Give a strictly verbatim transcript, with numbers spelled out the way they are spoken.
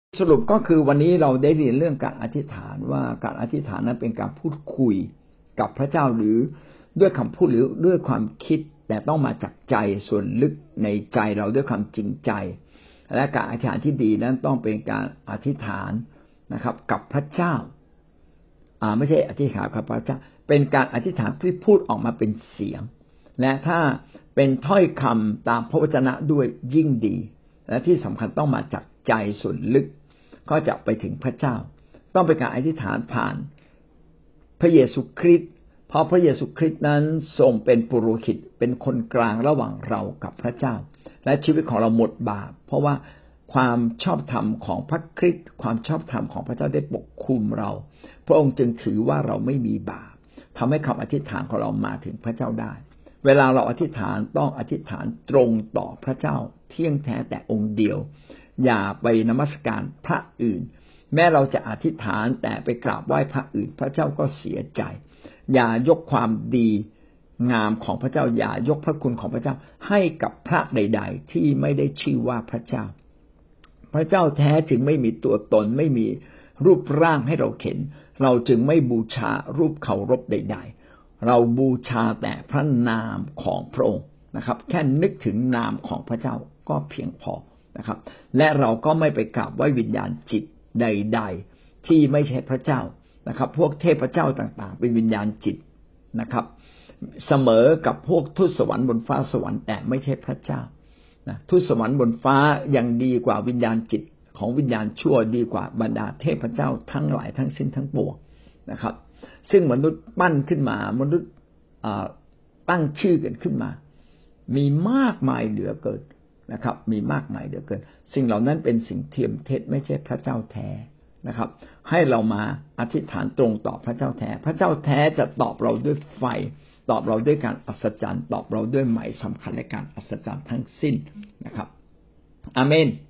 สรุปก็คือวันนี้เราได้เรียนเรื่องการอธิษฐานว่าการอธิษฐานนั้นเป็นการพูดคุยกับพระเจ้าหรือด้วยคำพูดหรือด้วยความคิดแต่ต้องมาจากใจส่วนลึกในใจเราด้วยความจริงใจและการอธิษฐานที่ดีนั้นต้องเป็นการอธิษฐานนะครับกับพระเจ้าอ่าไม่ใช่อธิษฐานกับพระเจ้าเป็นการอธิษฐานที่พูดออกมาเป็นเสียงและถ้าเป็นถ้อยคำตามพระวจนะด้วยยิ่งดีและที่สำคัญต้องมาจากใจส่วนลึกก็จะไปถึงพระเจ้าต้องเป็นการอธิษฐานผ่านพระเยซูคริสต์เพราะพระเยซูคริสต์นั้นทรงเป็นปุโรหิตเป็นคนกลางระหว่างเรากับพระเจ้าและชีวิตของเราหมดบาปเพราะว่าความชอบธรรมของพระคริสต์ความชอบธรรมของพระเจ้าได้ปกคลุมเราพระองค์จึงถือว่าเราไม่มีบาปทำให้คำอธิษฐานของเรามาถึงพระเจ้าได้เวลาเราอธิษฐานต้องอธิษฐานตรงต่อพระเจ้าเที่ยงแท้แต่องค์เดียวอย่าไปนมัสการพระอื่นแม้เราจะอธิษฐานแต่ไปกราบไหว้พระอื่นพระเจ้าก็เสียใจอย่ายกความดีงามของพระเจ้าอย่ายกพระคุณของพระเจ้าให้กับพระใดๆที่ไม่ได้ชื่อว่าพระเจ้าพระเจ้าแท้จึงไม่มีตัวตนไม่มีรูปร่างให้เราเห็นเราจึงไม่บูชารูปเคารพใดๆเราบูชาแต่พระนามของพระองค์นะครับแค่นึกถึงนามของพระเจ้าก็เพียงพอนะครับและเราก็ไม่ไปกราบไหว้วิญญาณจิตใดๆที่ไม่ใช่พระเจ้านะครับพวกเทพเจ้าต่างๆเป็นวิญญาณจิตนะครับเสมอกับพวกทูตสวรรค์บนฟ้าสวรรค์แต่ไม่ใช่พระเจ้านะทูตสวรรค์บนฟ้ายังดีกว่าวิญญาณจิตของวิญญาณชั่วดีกว่าบรรดาเทพเจ้าทั้งหลายทั้งสิ้นทั้งปวงนะครับซึ่งมนุษย์ปั้นขึ้นมามนุษย์ตั้งชื่อกันขึ้นมามีมากมายเหลือเกินนะครับมีมากมายเหลือเกินสิ่งเหล่านั้นเป็นสิ่งเทียมเท็จไม่ใช่พระเจ้าแท้นะครับให้เรามาอธิษฐานตรงต่อพระเจ้าแท้พระเจ้าแท้จะตอบเราด้วยไฟตอบเราด้วยการอัศจรรย์ตอบเราด้วยหมายสำคัญและการอัศจรรย์ทั้งสิ้นนะครับอาเมน